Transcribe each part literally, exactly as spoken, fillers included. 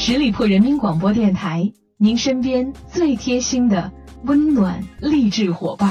十里铺人民广播电台，您身边最贴心的温暖励志伙伴。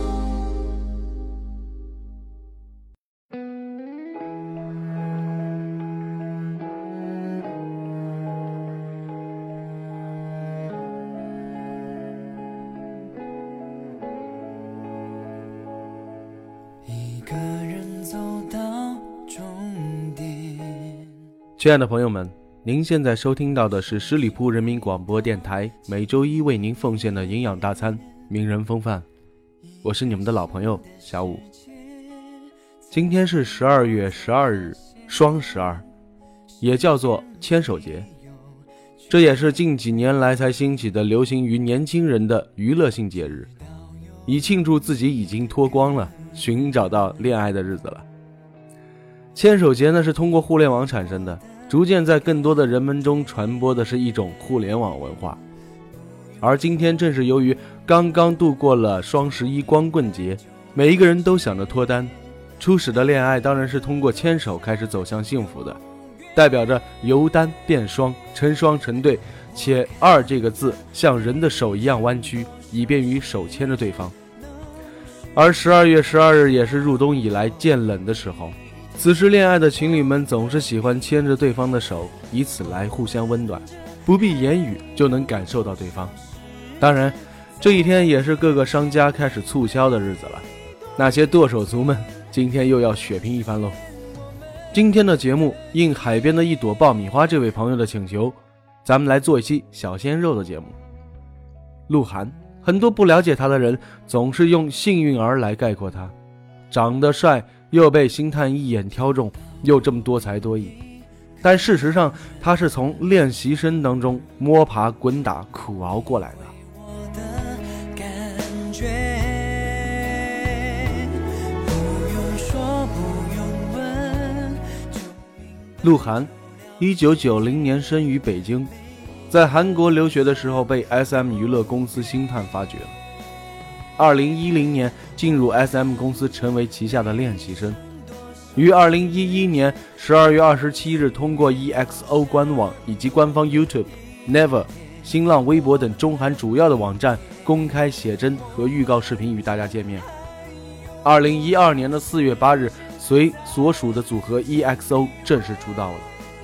一个人走到终点。 亲爱的朋友们，您现在收听到的是十里铺人民广播电台每周一为您奉献的营养大餐名人风范，我是你们的老朋友小武。今天是十二月十二日，双十二，也叫做牵手节，这也是近几年来才兴起的流行于年轻人的娱乐性节日，以庆祝自己已经脱光了，寻找到恋爱的日子了。牵手节呢是通过互联网产生的，逐渐在更多的人们中传播的是一种互联网文化。而今天正是由于刚刚度过了双十一光棍节，每一个人都想着脱单，初始的恋爱当然是通过牵手开始走向幸福的，代表着由单变双，成双成对，且二这个字像人的手一样弯曲，以便于手牵着对方。而十二月十二日也是入冬以来渐冷的时候，此时恋爱的情侣们总是喜欢牵着对方的手，以此来互相温暖，不必言语就能感受到对方。当然，这一天也是各个商家开始促销的日子了，那些剁手族们今天又要血拼一番喽。今天的节目应海边的一朵爆米花这位朋友的请求，咱们来做一期小鲜肉的节目。鹿晗，很多不了解他的人总是用幸运儿来概括他，长得帅，又被星探一眼挑中，又这么多才多艺，但事实上他是从练习生当中摸爬滚打苦熬过来的。鹿晗一九九零年生于北京，在韩国留学的时候被 S M 娱乐公司星探发掘了。二零一零年进入 S M 公司，成为旗下的练习生。于二零一一年十二月二十七日通过 E X O 官网以及官方 YouTube、Never、新浪微博等中韩主要的网站公开写真和预告视频与大家见面。二零一二年的四月八日，随所属的组合 E X O 正式出道了。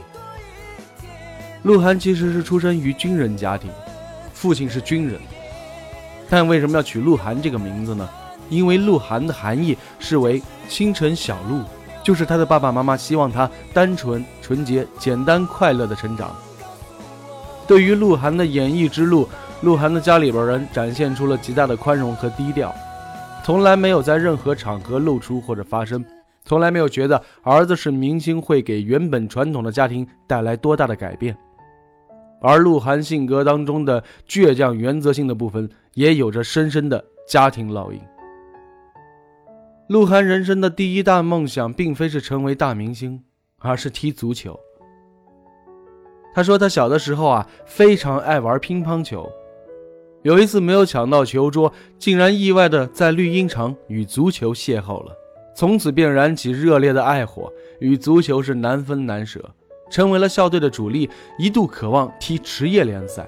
鹿晗其实是出生于军人家庭，父亲是军人，但为什么要取鹿晗这个名字呢？因为鹿晗的含义是为清晨小鹿，就是他的爸爸妈妈希望他单纯、纯洁、简单、快乐的成长。对于鹿晗的演艺之路，鹿晗的家里边人展现出了极大的宽容和低调，从来没有在任何场合露出或者发声，从来没有觉得儿子是明星会给原本传统的家庭带来多大的改变。而鹿晗性格当中的倔强原则性的部分也有着深深的家庭烙印。鹿晗人生的第一大梦想并非是成为大明星，而是踢足球。他说他小的时候啊，非常爱玩乒乓球，有一次没有抢到球桌，竟然意外的在绿茵场与足球邂逅了，从此便燃起热烈的爱火，与足球是难分难舍，成为了校队的主力，一度渴望踢职业联赛。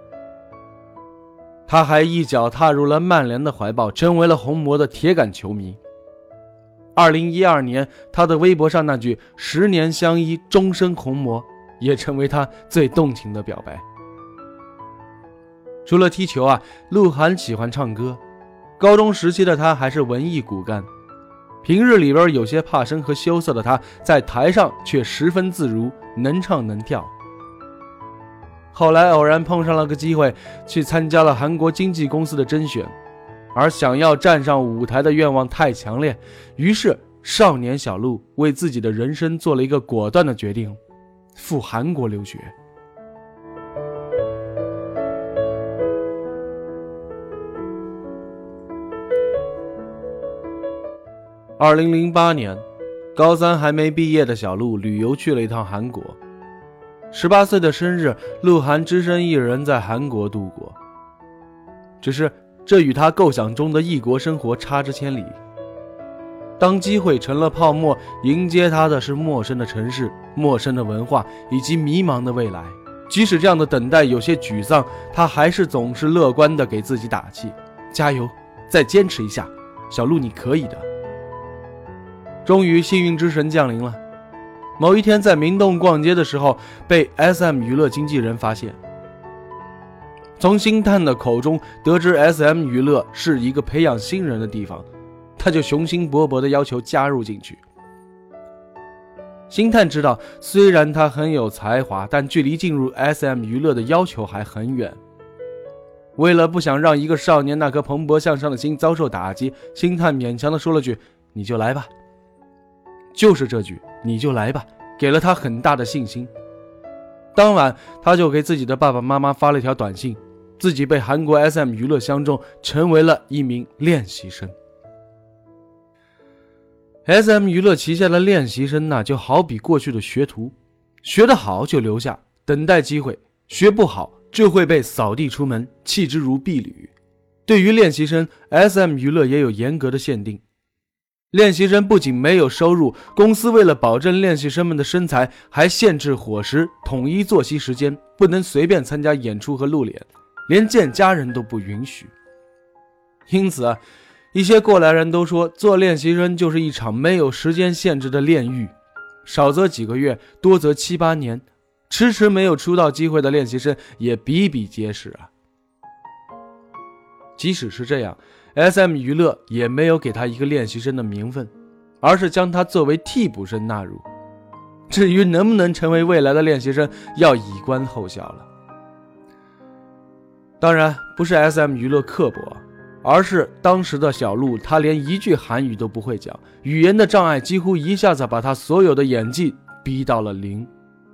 他还一脚踏入了曼联的怀抱，成为了红魔的铁杆球迷。二零一二年，他的微博上那句十年相依终身红魔也成为他最动情的表白。除了踢球啊，鹿晗喜欢唱歌，高中时期的他还是文艺骨干，平日里边有些怕生和羞涩的他，在台上却十分自如，能唱能跳。后来偶然碰上了个机会，去参加了韩国经纪公司的甄选，而想要站上舞台的愿望太强烈，于是少年小鹿为自己的人生做了一个果断的决定，赴韩国留学。二零零八年，高三还没毕业的小鹿旅游去了一趟韩国。十八岁的生日，鹿晗只身一人在韩国度过。只是这与他构想中的异国生活差之千里。当机会成了泡沫，迎接他的是陌生的城市、陌生的文化以及迷茫的未来， 即使这样的等待有些沮丧，他还是总是乐观地给自己打气，加油，再坚持一下，小鹿你可以的。终于幸运之神降临了。某一天在明洞逛街的时候，被 S M 娱乐经纪人发现。从星探的口中得知 S M 娱乐是一个培养新人的地方，他就雄心勃勃地要求加入进去。星探知道，虽然他很有才华，但距离进入 S M 娱乐的要求还很远。为了不想让一个少年那颗蓬勃向上的心遭受打击，星探勉强地说了句：“你就来吧。”就是这句“你就来吧”，给了他很大的信心。当晚，他就给自己的爸爸妈妈发了一条短信，自己被韩国 S M 娱乐相中，成为了一名练习生。S M 娱乐旗下的练习生那就好比过去的学徒，学得好就留下，等待机会；学不好就会被扫地出门，弃之如敝履。对于练习生 ，S M 娱乐也有严格的限定。练习生不仅没有收入，公司为了保证练习生们的身材，还限制伙食，统一作息时间，不能随便参加演出和露脸，连见家人都不允许。因此啊，一些过来人都说，做练习生就是一场没有时间限制的炼狱，少则几个月，多则七八年，迟迟没有出道机会的练习生也比比皆是啊。即使是这样， S M 娱乐也没有给他一个练习生的名分，而是将他作为替补生纳入。至于能不能成为未来的练习生，要以观后效了。当然不是 S M 娱乐刻薄，而是当时的小鹿他连一句韩语都不会讲，语言的障碍几乎一下子把他所有的演技逼到了零。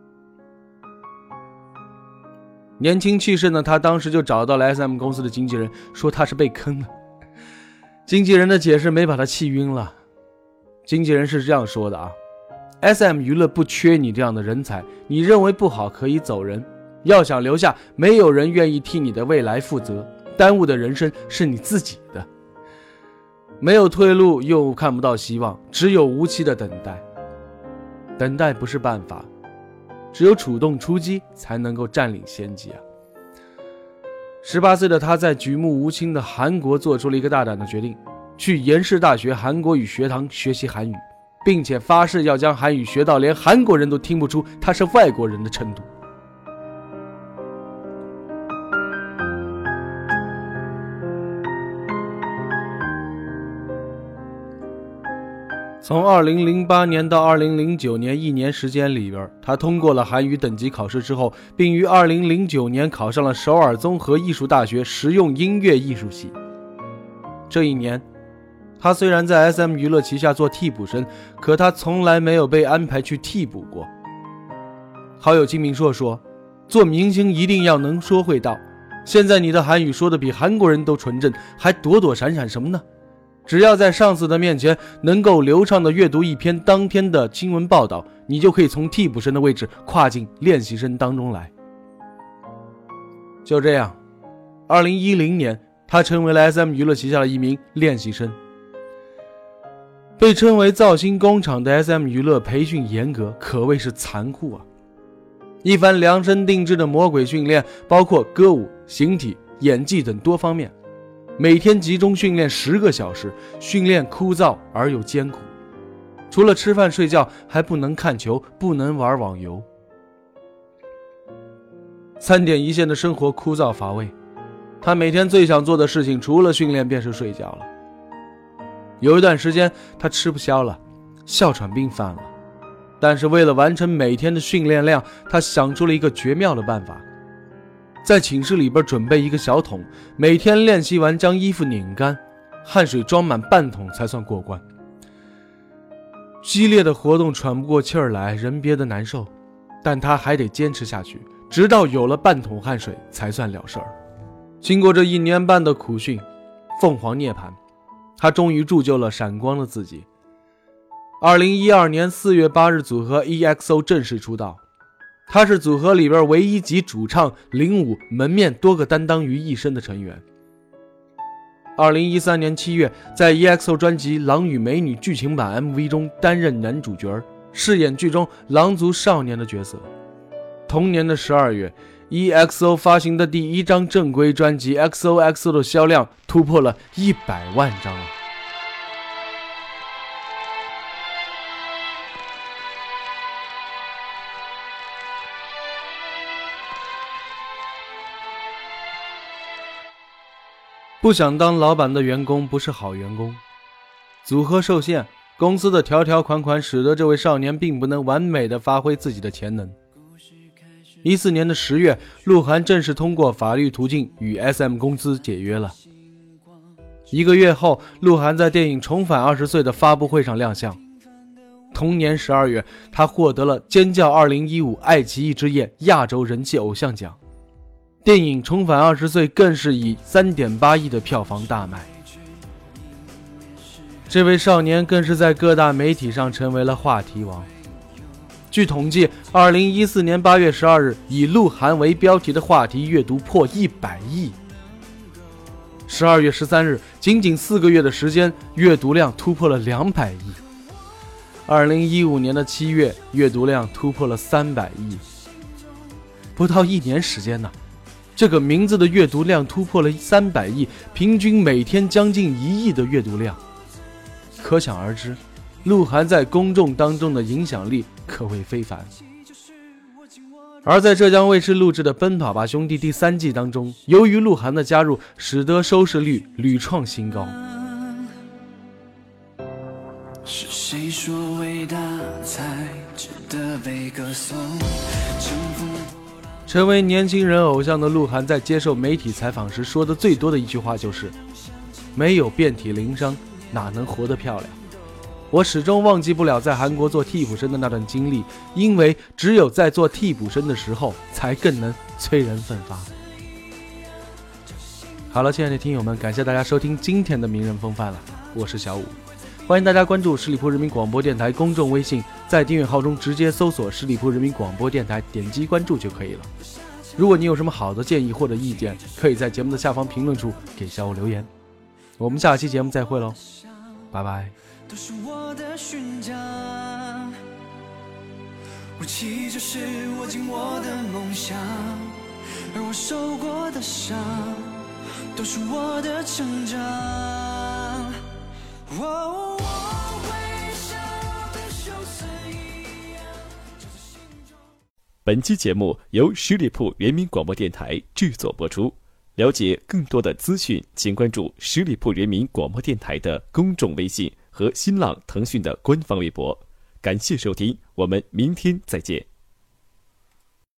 年轻气盛的他当时就找到了 S M 公司的经纪人，说他是被坑了。经纪人的解释没把他气晕了。经纪人是这样说的啊 ，S M 娱乐不缺你这样的人才，你认为不好可以走人，要想留下，没有人愿意替你的未来负责，耽误的人生是你自己的。没有退路，又看不到希望，只有无期的等待。等待不是办法，只有主动出击才能够占领先机啊。十八岁的他在举目无亲的韩国做出了一个大胆的决定，去延世大学韩国语学堂学习韩语，并且发誓要将韩语学到连韩国人都听不出他是外国人的程度。从二零零八年到二零零九年一年时间里边，他通过了韩语等级考试之后，并于二零零九年考上了首尔综合艺术大学实用音乐艺术系。这一年，他虽然在 S M 娱乐旗下做替补生，可他从来没有被安排去替补过。好友金明硕说，做明星一定要能说会道，现在你的韩语说的比韩国人都纯正，还躲躲闪闪什么呢？只要在上司的面前能够流畅地阅读一篇当天的新闻报道，你就可以从替补生的位置跨进练习生当中来。就这样，二零一零年，他成为了 S M 娱乐旗下的一名练习生。被称为造星工厂的 S M 娱乐培训严格，可谓是残酷啊！一番量身定制的魔鬼训练，包括歌舞、形体、演技等多方面。每天集中训练十个小时，训练枯燥而又艰苦。除了吃饭睡觉，还不能看球，不能玩网游。三点一线的生活枯燥乏味，他每天最想做的事情除了训练便是睡觉了。有一段时间他吃不消了，哮喘病犯了，但是为了完成每天的训练量，他想出了一个绝妙的办法。在寝室里边准备一个小桶，每天练习完将衣服拧干，汗水装满半桶才算过关。激烈的活动喘不过气儿来，人憋得难受，但他还得坚持下去，直到有了半桶汗水才算了事儿。经过这一年半的苦训，凤凰涅槃，他终于铸就了闪光的自己。二零一二年四月八日，组合 E X O 正式出道。他是组合里边唯一集主唱、领舞、门面多个担当于一身的成员。二零一三年七月，在 E X O 专辑《狼与美女》剧情版 M V 中担任男主角，饰演剧中狼族少年的角色。同年的十二月 E X O 发行的第一张正规专辑 X O X O 的销量突破了一百万张啊！不想当老板的员工不是好员工。组合受限，公司的条条款款使得这位少年并不能完美地发挥自己的潜能。一四年的十月，鹿晗正式通过法律途径与 S M 公司解约了。一个月后，鹿晗在电影《重返二十岁》的发布会上亮相。同年十二月，他获得了尖叫二零一五爱奇艺之夜亚洲人气偶像奖。电影《重返二十岁》更是以 三点八亿的票房大卖。这位少年更是在各大媒体上成为了话题王。据统计，二零一四年八月十二日，以鹿晗为标题的话题阅读破一百亿。十二月十三日，仅仅四个月的时间，阅读量突破了两百亿。二零一五年的七月，阅读量突破了三百亿。不到一年时间呢，这个名字的阅读量突破了三百亿，平均每天将近一亿的阅读量。可想而知，鹿晗在公众当中的影响力可谓非凡。而在浙江卫视录制的《奔跑吧兄弟》第三季当中，由于鹿晗的加入，使得收视率屡创新高。 是谁说伟大才值得被歌颂？ 成为年轻人偶像的鹿晗在接受媒体采访时说的最多的一句话就是：没有遍体鳞伤哪能活得漂亮？我始终忘记不了在韩国做替补生的那段经历，因为只有在做替补生的时候，才更能催人奋发。好了，亲爱的听友们，感谢大家收听今天的名人风范了，我是小五，欢迎大家关注十里铺人民广播电台公众微信，在订阅号中直接搜索十里铺人民广播电台，点击关注就可以了。如果你有什么好的建议或者意见，可以在节目的下方评论处给小五留言。我们下期节目再会喽，拜拜。 都是我的勋章，武器就是握紧我的梦想，而我受过的伤都是我的成长。哦，我会像很羞涩一样。 本期节目由十里铺人民广播电台制作播出。了解更多的资讯，请关注十里铺人民广播电台的公众微信和新浪、腾讯的官方微博。感谢收听，我们明天再见。